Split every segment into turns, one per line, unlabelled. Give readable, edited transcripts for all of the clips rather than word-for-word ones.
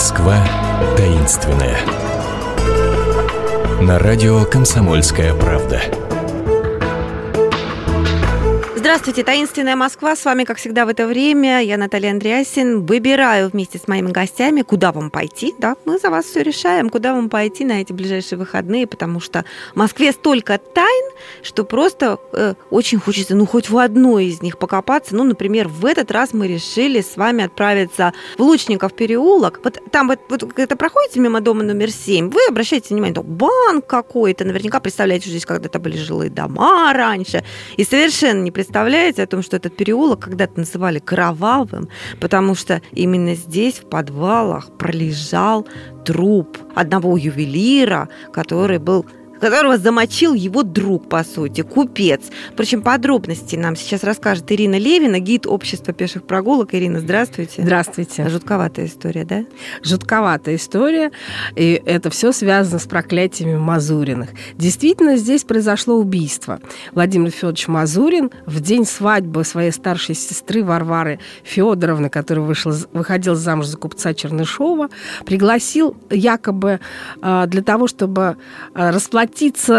Москва таинственная. На радио «Комсомольская правда».
Здравствуйте, таинственная Москва. С вами, как всегда, в это время. Я Наталья Андреасин. Выбираю вместе с моими гостями, куда вам пойти. Да, мы за вас все решаем, куда вам пойти на эти ближайшие выходные, потому что в Москве столько тайн, что просто очень хочется, хоть в одной из них покопаться. Например, в этот раз мы решили с вами отправиться в Лучников переулок. Вот там когда проходите мимо дома номер 7, вы обращаете внимание, банк какой-то, наверняка представляете, что здесь когда-то были жилые дома раньше, и совершенно не представляете о том, что этот переулок когда-то называли кровавым, потому что именно здесь, в подвалах, пролежал труп одного ювелира, которого замочил его друг, по сути, купец. Причем подробности нам сейчас расскажет Ирина Левина, гид общества пеших прогулок. Ирина, здравствуйте.
Здравствуйте.
Жутковатая история, да?
Жутковатая история, и это все связано с проклятиями Мазуриных. Действительно, здесь произошло убийство. Владимир Федорович Мазурин в день свадьбы своей старшей сестры Варвары Федоровны, которая выходила замуж за купца Чернышова, пригласил якобы для того, чтобы расплатиться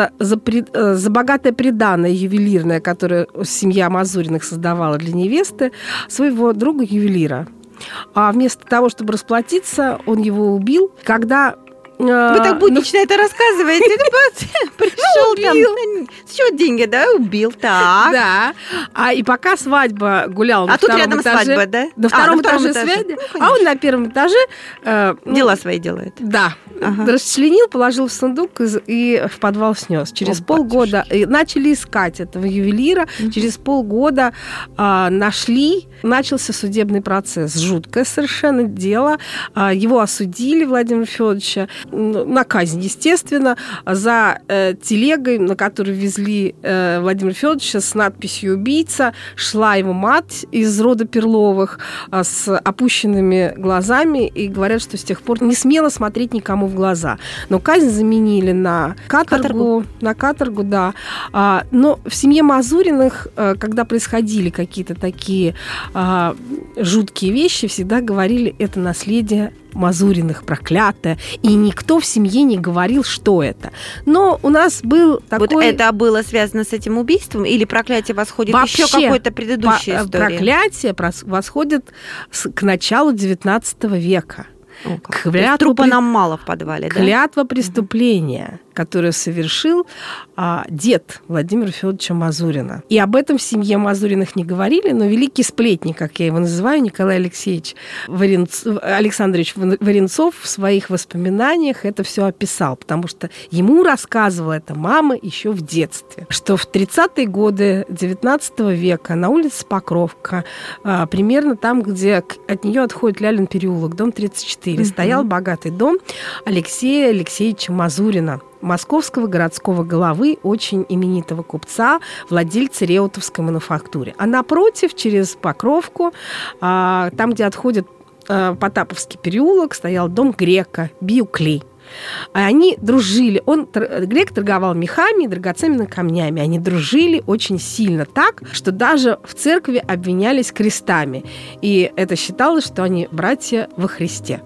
за богатое приданое ювелирное, которое семья Мазуриных создавала для невесты, своего друга-ювелира. А вместо того, чтобы расплатиться, он его убил, когда...
Вы так буднично это рассказываете. Пришел там, с чего деньги, да, убил, так.
Да. И пока свадьба гуляла на втором этаже... А тут рядом свадьба, да? На втором этаже свадьбы, а он на первом этаже...
Дела свои делает.
Да. Расчленил, положил в сундук и в подвал снес. Через полгода начали искать этого ювелира. Через полгода нашли. Начался судебный процесс. Жуткое совершенно дело. Его осудили, Владимира Федоровича, на казнь, естественно, за телегой, на которой везли Владимира Федоровича с надписью «Убийца», шла его мать из рода Перловых с опущенными глазами, и говорят, что с тех пор не смела смотреть никому в глаза. Но казнь заменили на каторгу. На каторгу, да. Но в семье Мазуриных, когда происходили какие-то такие жуткие вещи, всегда говорили, это наследие Мазуриных, проклятое, и никто в семье не говорил, что это. Но у нас был такой...
Вот это было связано с этим убийством, или проклятие восходит вообще еще какой-то предыдущей истории?
Проклятие восходит к началу XIX века.
Трупа нам мало в подвале, да?
Клятва преступления, которое совершил дед Владимира Федоровича Мазурина. И об этом в семье Мазуриных не говорили, но великий сплетник, как я его называю, Николай Александрович Варенцов в своих воспоминаниях это все описал, потому что ему рассказывала эта мама еще в детстве, что в 30-е годы XIX века на улице Покровка, примерно там, где от нее отходит Лялин переулок, дом 34, стоял богатый дом Алексея Алексеевича Мазурина, московского городского головы, очень именитого купца, владельца реутовской мануфактуры. А напротив, через Покровку, там, где отходит Потаповский переулок, стоял дом грека Биуклей. Они дружили. Грек торговал мехами и драгоценными камнями. Они дружили очень сильно так, что даже в церкви обвинялись крестами. И это считалось, что они братья во Христе.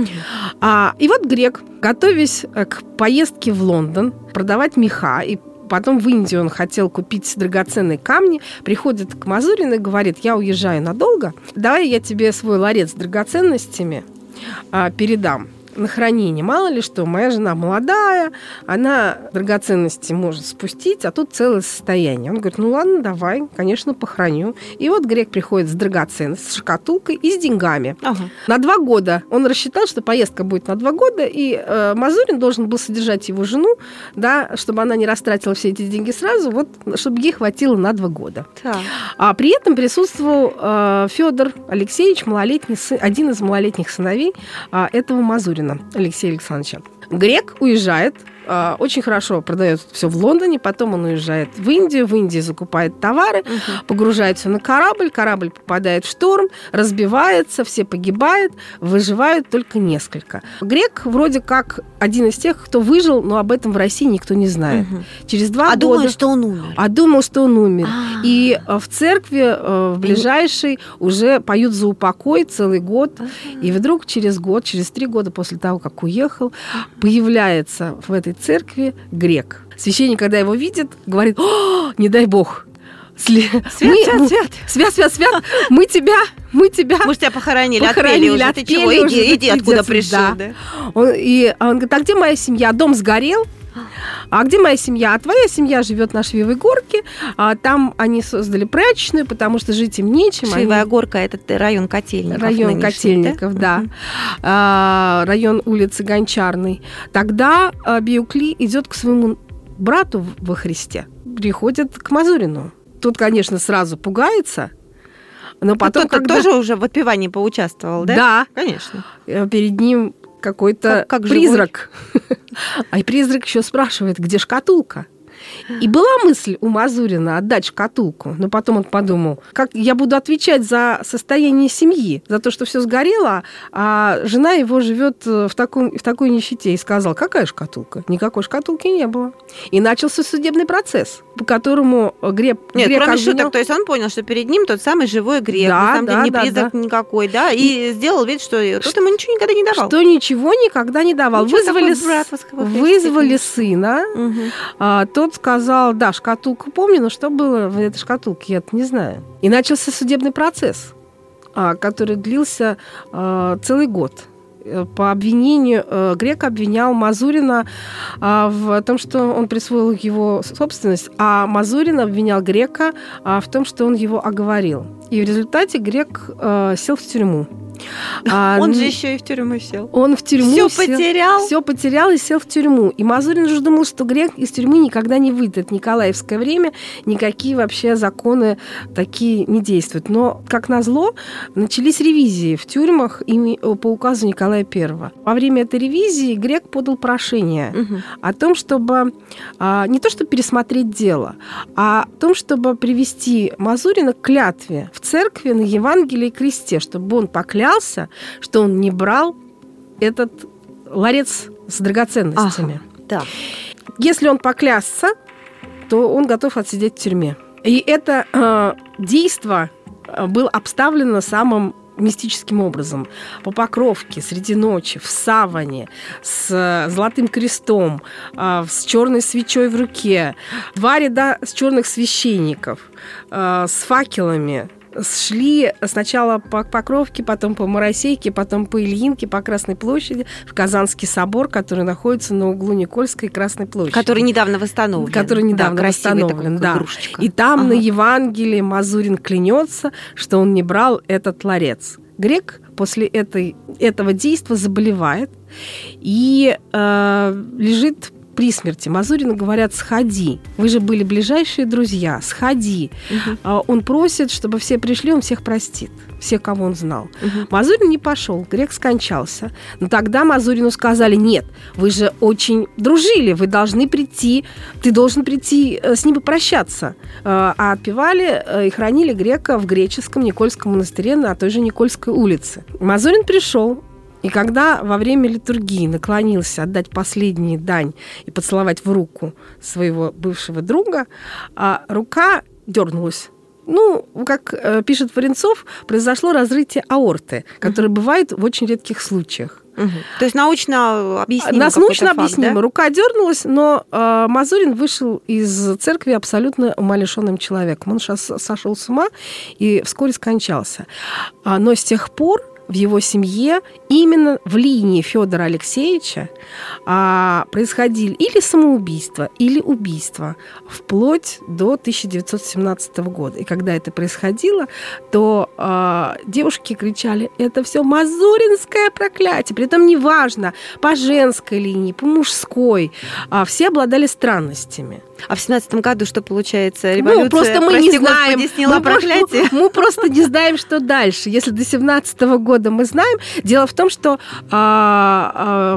И вот грек, готовясь к поездке в Лондон, продавать меха, и потом в Индию он хотел купить драгоценные камни, приходит к Мазурину и говорит: я уезжаю надолго, давай я тебе свой ларец с драгоценностями передам на хранение. Мало ли что, моя жена молодая, она драгоценности может спустить, а тут целое состояние. Он говорит: ну ладно, давай, конечно, похороню. И вот грек приходит с драгоценностью, с шкатулкой и с деньгами. На 2 года. Он рассчитал, что поездка будет на 2 года, и Мазурин должен был содержать его жену, да, чтобы она не растратила все эти деньги сразу, вот, чтобы ей хватило на 2 года. Так. А при этом присутствовал Федор Алексеевич, один из малолетних сыновей этого Мазурина, Алексея Александровича. Грек уезжает очень хорошо продает все в Лондоне, потом он уезжает в Индии закупает товары, погружается на корабль попадает в шторм, разбивается, все погибают, выживают только несколько. Грек вроде как один из тех, кто выжил, но об этом в России никто не знает. Через 2 года...
думал, что он умер.
Думал, что он умер. И в церкви, в ближайшей, уже поют за упокой целый год. И вдруг через 3 года после того, как уехал, появляется в этой церкви грек. Священник, когда его видит, говорит: не дай бог, свят, мы тебя
Мы тебя похоронили, отпели уже. Ты чего? Иди откуда пришел. Да.
Он говорит: а где моя семья? Дом сгорел. А где моя семья? А твоя семья живет на Швивой горке. Там они создали прачечную, потому что жить им нечем.
Швивая горка – это район Котельников.
Район Котельников, да. Район улицы Гончарной. Тогда Биукли идет к своему брату во Христе. Приходит к Мазурину. Тут, конечно, сразу пугается. Но потом,
кто-то тоже уже в отпевании поучаствовал, да?
Да.
Конечно.
Перед ним какой-то призрак. А призрак еще спрашивает: где шкатулка? И была мысль у Мазурина отдать шкатулку, но потом он подумал: как я буду отвечать за состояние семьи, за то, что все сгорело, а жена его живет в такой нищете. И сказал: какая шкатулка? Никакой шкатулки не было. И начался судебный процесс, по которому грек
кроме шуток, то есть он понял, что перед ним тот самый живой грек, на самом деле не призрак никакой, да, и сделал вид, что тот ему ничего никогда не давал.
Что ничего никогда не давал. Вызвали сына, тот сказал: да, шкатулку помню, но что было в этой шкатулке, я это не знаю. И начался судебный процесс, который длился целый год. По обвинению, грек обвинял Мазурина в том, что он присвоил его собственность, а Мазурин обвинял грека в том, что он его оговорил. И в результате грек сел в тюрьму.
Он же еще и в тюрьму сел.
Он в тюрьму
Все
потерял и сел в тюрьму. И Мазурин уже думал, что грек из тюрьмы никогда не выйдет. Это Николаевское время, никакие вообще законы такие не действуют. Но, как назло, начались ревизии в тюрьмах по указу Николая I. Во время этой ревизии грек подал прошение о том, чтобы не то чтобы пересмотреть дело, а о том, чтобы привести Мазурина к клятве в церкви на Евангелии и кресте, чтобы он поклялся, что он не брал этот ларец с драгоценностями.
Да.
Если он поклясться, то он готов отсидеть в тюрьме. И это действо было обставлено самым мистическим образом. По Покровке, среди ночи, в саване, с золотым крестом, с черной свечой в руке, 2 ряда с черных священников, с факелами, шли сначала по Покровке, потом по Моросейке, потом по Ильинке, по Красной площади, в Казанский собор, который находится на углу Никольской и Красной площади.
Который недавно восстановлен.
Да. И там на Евангелии Мазурин клянется, что он не брал этот ларец. Грек после этого действа заболевает и лежит при смерти. Мазурину говорят: сходи. Вы же были ближайшие друзья. Сходи. Он просит, чтобы все пришли, он всех простит. Все, кого он знал. Мазурин не пошел. Грек скончался. Но тогда Мазурину сказали: нет, вы же очень дружили, вы должны прийти, ты должен прийти с ним попрощаться. А отпевали и хранили грека в греческом Никольском монастыре на той же Никольской улице. Мазурин пришел. И когда во время литургии наклонился отдать последнюю дань и поцеловать в руку своего бывшего друга, рука дернулась. Как пишет Фаренцов, произошло разрытие аорты, которое бывает в очень редких случаях.
То есть научно объяснимо.
Научно объяснимо. Да? Рука дернулась, но Мазурин вышел из церкви абсолютно умалишенным человеком. Он сошел с ума и вскоре скончался. Но с тех пор в его семье именно в линии Федора Алексеевича происходили или самоубийства, или убийства вплоть до 1917 года. И когда это происходило, то девушки кричали: это все мазуринское проклятие. При этом неважно, по женской линии, по мужской. Все обладали странностями.
А в 17 году что получается? Революция,
просто мы не знаем.
Господи, сняла проклятие?
Мы просто не знаем, что дальше. Если до 17 года мы знаем. Дело в том, что в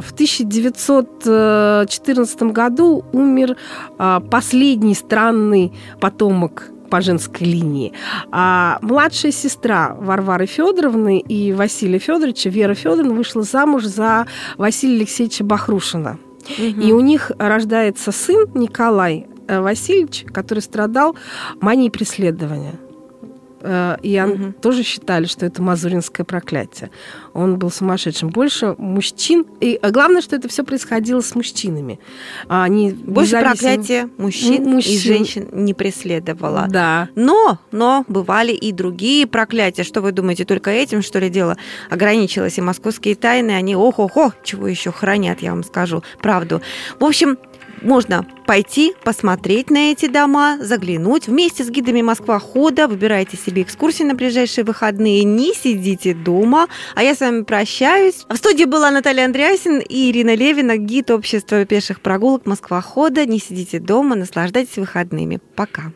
1914 году умер последний странный потомок по женской линии. А младшая сестра Варвары Федоровны и Василия Федоровича, Вера Федоровна, вышла замуж за Василия Алексеевича Бахрушина. И у них рождается сын Николай Васильевич, который страдал манией преследования. И тоже считали, что это мазуринское проклятие. Он был сумасшедшим. Больше мужчин. И главное, что это все происходило с мужчинами. Они
больше проклятия мужчин и женщин не преследовало.
Да.
Но бывали и другие проклятия. Что вы думаете, только этим, что ли, дело ограничилось? И московские тайны, они ого-го, чего еще хранят, я вам скажу правду. В общем, можно пойти, посмотреть на эти дома, заглянуть вместе с гидами Москва-хода, выбирайте себе экскурсии на ближайшие выходные, не сидите дома. А я с вами прощаюсь. В студии была Наталья Андреасин и Ирина Левина, гид общества пеших прогулок Москва-хода. Не сидите дома, наслаждайтесь выходными. Пока.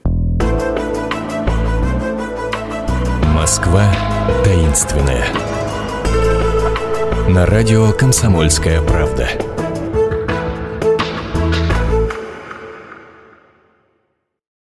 Москва таинственная. На радио «Комсомольская правда».